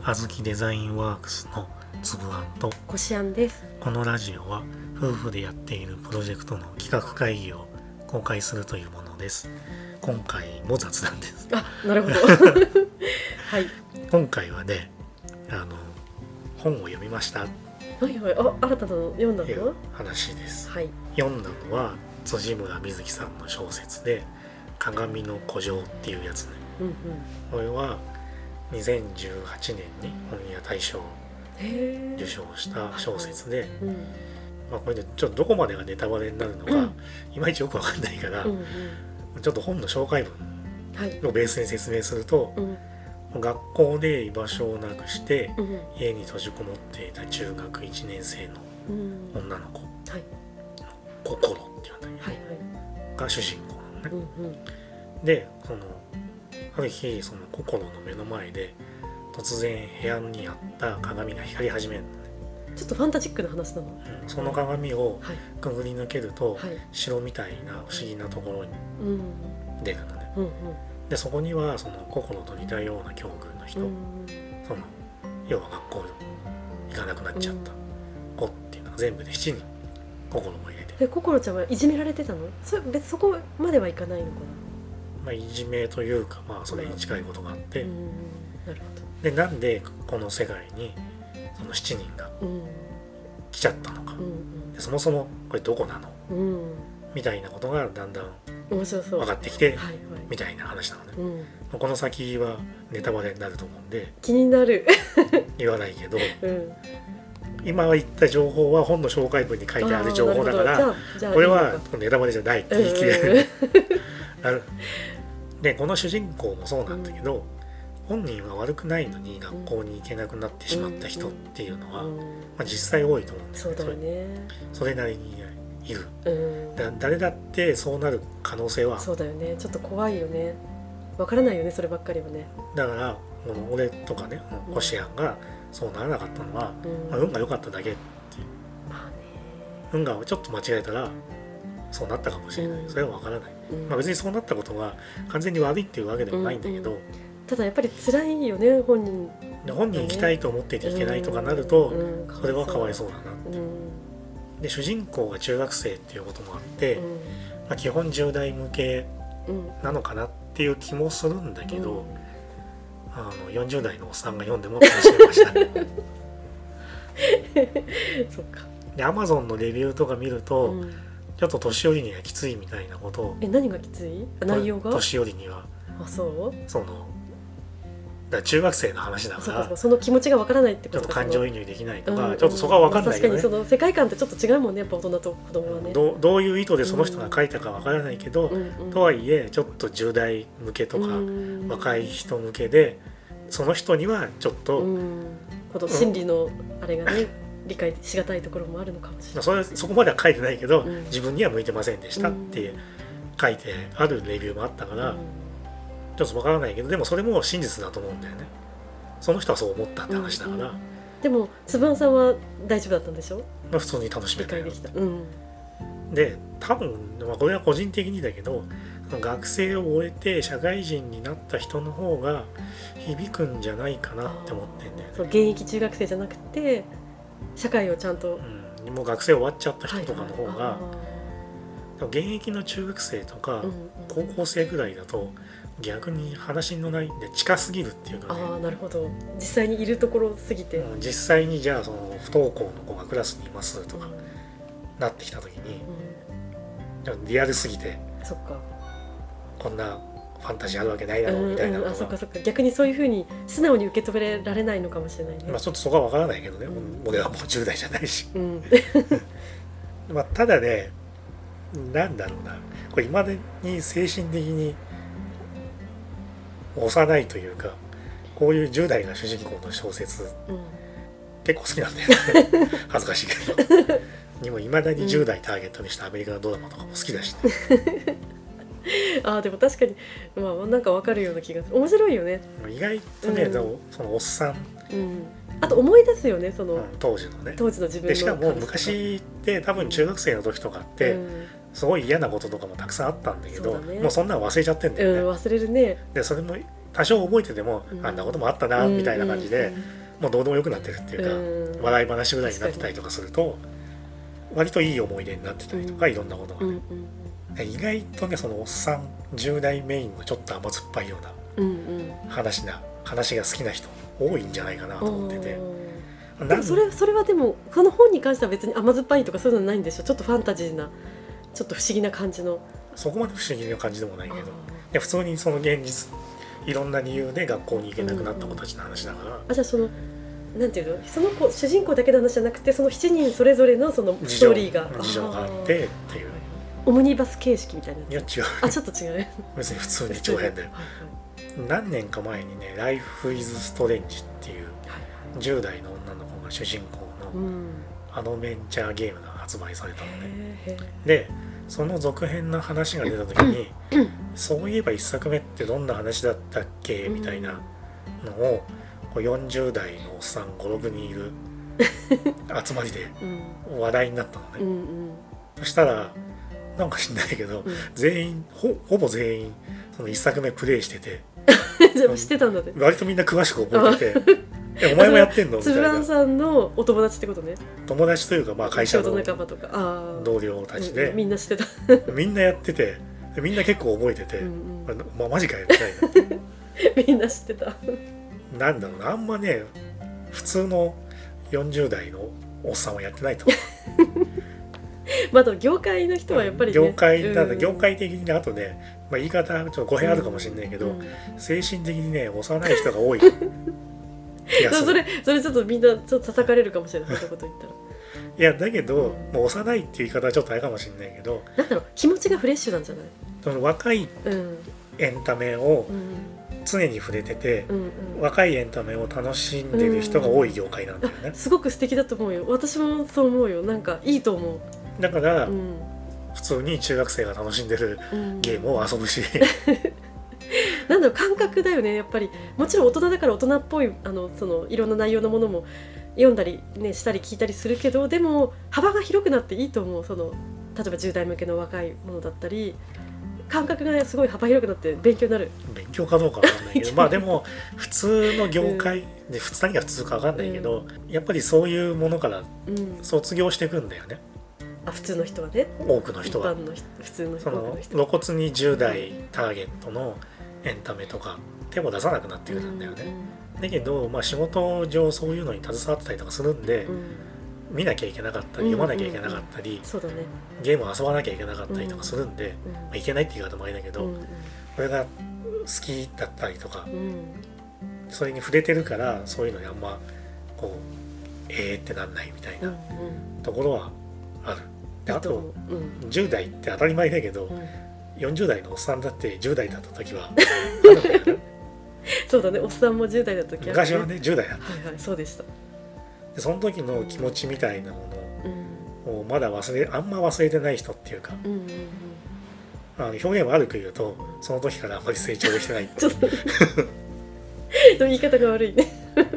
あずきデザインワークスのつぶあんとこしあんです。 このラジオは夫婦でやっているプロジェクトの企画会議を公開するというものです。今回も雑談です。 あ、なるほどはい。 今回はね、本を読みましたはいはい。あ、新たなの読んだというの？ 話です。 はい。 読んだのは辻村瑞希さんの小説で鏡の古城っていうやつね。 うんうん。 これは2018年に本屋大賞をへえ。 受賞した小説で、 うんまあ、これでちょっとどこまでがネタバレになるのかいまいちよくわかんないから、 うんうん。 ちょっと本の紹介文はい。 をベースに説明すると、 うん学校で居場所をなくしてうん家に閉じこもっていた中学1年生のうん。 女の子、 はい心っていうんだけど、 はいはい。 が主人公なのね。 うんうん。 である日その心の目の前で突然部屋にあった鏡が光り始めるのね。 ちょっとファンタジックな話なの。 その鏡をはいくぐり抜けると、 はい。 城みたいな不思議なところにうん出るのね。 うんでそこにはその心と似たような境遇の人、 うん。 その要は学校行かなくなっちゃった子っていうのが全部で7人心も入れて、 で、心ちゃんはいじめられてたの？そこまではいかないのかまあ、いじめというかまあそれに近いことがあって、 な。なるでなんでこの世界にその7人がほど。 来ちゃったのか、 うんでそもそもこれどこなのうんみたいなことがだんだん面白そう。 分かってきて、 はいはい。 みたいな話なのね。 うん。 この先はネタバレになると思うんで気になる。 言わないけどうん。 今言った情報は本の紹介文に書いてある情報だからじゃあこれはいいのかネタバレじゃないって言い切れるでこの主人公もそうなんだけど、本人は悪くないのに学校に行けなくなってしまった人っていうのは、まあ、実際多いと思うんですそうだよね。 それなりにいる。 うん。 誰だってそうなる可能性はそうだよね。ちょっと怖いよね。わからないよね、そればっかりはね。 だからこの俺とかねコシアンがそうならなかったのは、まあ、運が良かっただけっていうまあね。 運がちょっと間違えたらそうなったかもしれない、それは分からない、まあ、別にそうなったことが完全に悪いっていうわけでもないんだけど、 ただやっぱり辛いよね、本人。 本人行きたいと思っていて行けないとかなると、それはかわいそうだなって、で主人公が中学生っていうこともあって、まあ、基本10代向けなのかなっていう気もするんだけど、40代のおっさんが読んでも楽しめましたねそっか。 で Amazon のレビューとか見ると、ちょっと年寄りにはきついみたいなことを。 何がきつい？内容が？ 年寄りにはあ、そう？ そのだから中学生の話だからその気持ちがわからないってことか。 ちょっと感情移入できないとか、ちょっとそこは分かんないよね。 確かにその世界観ってちょっと違うもんね、やっぱ大人と子供はね。 どういう意図でその人が書いたか分からないけど、とはいえちょっと10代向けとか、若い人向けでその人にはちょっと、 この心理のあれがね、理解しがたいところもあるのかもしれない。 そこまでは書いてないけど、自分には向いてませんでしたって書いてあるレビューもあったから、ちょっと分からないけどでもそれも真実だと思うんだよね。その人はそう思ったって話だから、 でもつばんさんは大丈夫だったんでしょ？ 普通に楽しめたよ。 理解できた。 で多分、まあ、これは個人的にだけど学生を終えて社会人になった人の方が響くんじゃないかなって思ってんだよね。 そう、現役中学生じゃなくて社会をちゃんと、 もう学生終わっちゃった人とかの方が、現役の中学生とか高校生ぐらいだと逆に話のないんで近すぎるっていうかね。 なるほど。実際にいるところすぎて、 実際にじゃあその不登校の子がクラスにいますとかなってきた時に、リアルすぎてそっか、 こんなファンタジーあるわけないだろうみたいなのが、 そっかそっか、逆にそういうふうに素直に受け止められないのかもしれないね。 まあちょっとそこは分からないけどね、俺はもう10代じゃないし、まあただね、なんだろうな、これいまだに精神的に幼いというか、こういう10代が主人公の小説、結構好きなんだよね恥ずかしいけどにもいまだに10代ターゲットにしたアメリカのドラマとかも好きだしねでも確かに、まあなんか分かるような気がする。面白いよね。 意外とね、そのおっさん、 あと思い出すよね、その、 当時のね、 当時の自分のでしかも昔って多分中学生の時とかって、すごい嫌なこととかもたくさんあったんだけど、もうそんなの忘れちゃってんだよね。 忘れるね。 でそれも多少覚えてても、あんなこともあったなみたいな感じで、もうどうでもよくなってるっていうか、笑い話ぐらいになってたりとかすると割といい思い出になってたりとか、いろんなことがね、意外とねそのおっさん10代メインのちょっと甘酸っぱいような話が好きな人多いんじゃないかなと思ってて。 でもそれはでもこの本に関しては別に甘酸っぱいとかそういうのないんでしょ。ちょっとファンタジーなちょっと不思議な感じの。 そこまで不思議な感じでもないけど、いや普通にその現実いろんな理由で学校に行けなくなった子たちの話だから、 じゃあそのなんていうの、その子主人公だけの話じゃなくてその7人それぞれのそのストーリーが事情があってっていう、 オムニバス形式みたいなやつ。 いや違う、 ちょっと違う別に普通に長編だよ。何年か前にね「Life is Strange」っていう10代の女の子が主人公のアドベンチャーゲームが発売されたのね。でその続編の話が出た時にそういえば1作目ってどんな話だったっけみたいなのを40代のおっさん 5,6 人いる集まりで話題になったのね。そしたらなんか知んないけど、全員ほぼ全員その1作目プレイしてて知ってたんだね。 割とみんな詳しく覚えててお前もやってんのみたいな。 つぶらんさんのお友達ってことね。 友達というか、まあ会社の仲間とか同僚たちで、 みんな知ってたみんなやってて、みんな結構覚えてて、まあマジかよみたいなみんな知ってた。 なんだろうな、あんまね普通の40代のおっさんはやってないと思うまだ業界の人はやっぱり、ね、 業界的にね、あとね、まあ、言い方ちょっと語弊あるかもしれないけど、精神的にね幼い人が多い気がする。 それちょっとみんなちょっと叩かれるかもしれない、そんなこと言ったら。 いやだけど、もう幼いっていう言い方はちょっとあれかもしれないけど、 なんだろう、気持ちがフレッシュなんじゃない。 その若いエンタメを常に触れてて、若いエンタメを楽しんでる人が多い業界なんだよね。 すごく素敵だと思うよ。私もそう思うよ。なんかいいと思う。 だから、普通に中学生が楽しんでるゲームを遊ぶし、 なんだろう、感覚だよねやっぱり。もちろん大人だから大人っぽいそのいろんな内容のものも読んだり、ね、したり聞いたりするけど、でも幅が広くなっていいと思う。その例えば10代向けの若いものだったり、感覚がすごい幅広くなって勉強になる。 勉強かどうかわかんないけどまあでも普通の業界で、何が普通かわかんないけど、やっぱりそういうものから卒業していくんだよね。 普通の人はね、 多くの人は普通の人、 その露骨に10代ターゲットのエンタメとか手も出さなくなってくるんだよね。だけど、まあ、仕事上そういうのに携わってたりとかするんで、見なきゃいけなかったり読まなきゃいけなかったり、 そうだね、 ゲームを遊ばなきゃいけなかったりとかするんで、まあ、いけないって言い方もあれだけど、これが好きだったりとか、それに触れてるからそういうのにあんまこうってなんないみたいなところはある。であと、10代って当たり前だけど、40代のおっさんだって10代だった時はあるんだよねそうだね、おっさんも10代だった時は、 昔はね10代だった、 そうでした。 でその時の気持ちみたいなものをまだあんま忘れてない人っていうか、表現悪く言うとその時からあんまり成長できてないって言い方が悪いね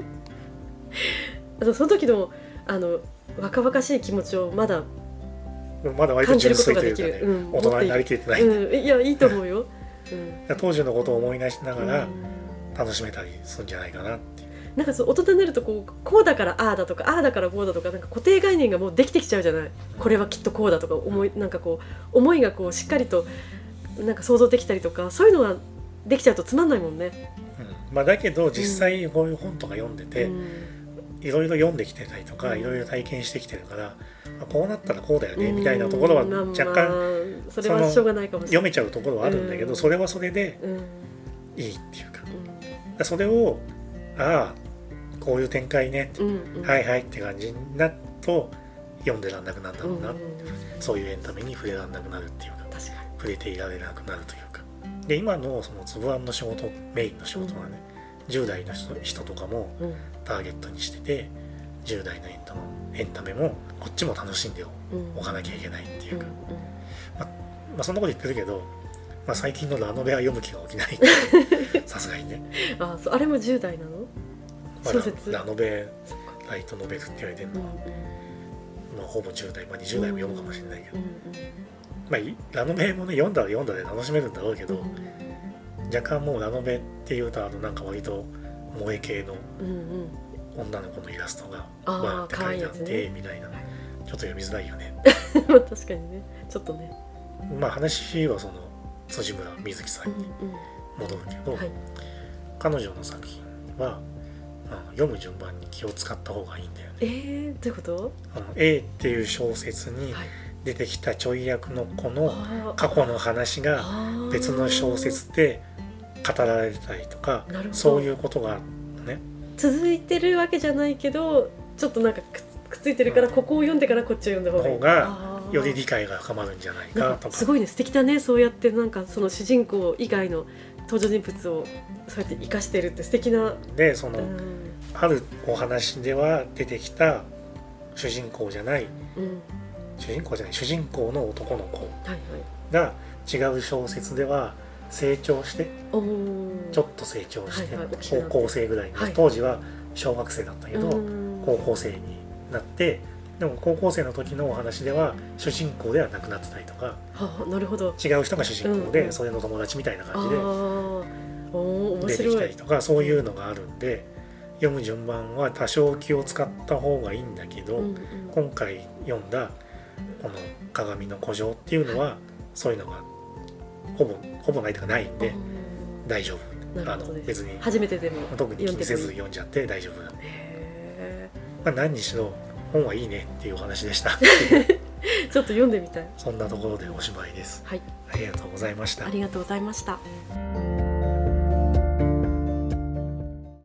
その時の若々しい気持ちをまだ割と純粋というかね、大人になりきれてない、 いやいいと思うよ、 当時のことを思い出しながら楽しめたりするんじゃないかなっていう。 なんか大人になるとこうだからああだとか、ああだからこうだとか、なんか固定概念がもうできてきちゃうじゃない。これはきっとこうだとかなんかこう思いがこうしっかりとなんか想像できたりとか、そういうのができちゃうとつまんないもんね。 まあ、だけど実際こういう本とか読んでて、いろいろ読んできてたりとか、いろいろ体験してきてるから、こうなったらこうだよねみたいなところは若干それはしょうがないかもしれない。 読めちゃうところはあるんだけど、それはそれでいいっていうか、それをこういう展開ね、はいはいって感じになると読んでらんなくなるんだろうな、そういうエンタメに触れらんなくなるっていうか、触れていられなくなるというか。で今のそのつぶあんの仕事、メインの仕事はね、10代の人とかもターゲットにしてて、10代のエンタメもこっちも楽しんでおかなきゃいけないっていうか、まあそんなこと言ってるけど、まあ、最近のラノベは読む気が起きないさすがにね。 あれも10代なの？小説？ ラノベ、ライトノベルって言われてるのは、まあ、ほぼ10代、まあ、20代も読むかもしれないけど、まあ、ラノベもね読んだらで楽しめるんだろうけど、 若干もうラノベっていうとなんか割と萌え系の女の子のイラストがバーって書いてあってみたいな、ちょっと読みづらいよねまあ確かにね、ちょっとね。 まあ話はその辻村瑞希さんに戻るけど、彼女の作品は読む順番に気を使った方がいいんだよね。 どういうこと？ A っていう小説に出てきたちょい役の子の過去の話が別の小説で語られてたりとか、そういうことがね続いてるわけじゃないけど、ちょっとなんかくっついてるから、ここを読んでからこっちを読んだ方がより理解が深まるんじゃないかとか。 すごいね、素敵だね。そうやってなんかその主人公以外の登場人物をそうやって生かしてるって素敵な。 でその、あるお話では出てきた主人公じゃない、主人公の男の子が違う小説では成長して、ちょっと成長して、高校生ぐらいの、当時は小学生だったけど高校生になって、でも高校生の時のお話では主人公ではなくなってたりとか、 なるほど、 違う人が主人公でそれの友達みたいな感じで出てきたりとか、そういうのがあるんで、読む順番は多少気を使った方がいいんだけど、今回読んだこの鏡の古城っていうのはそういうのがほぼないとかないんで大丈夫。別に初めてでも特に気にせず読んじゃって大丈夫。まあ何にしろ本はいいねっていうお話でした。 ちょっと読んでみたい。 そんなところでおしまいです。ありがとうございました。 ありがとうございました。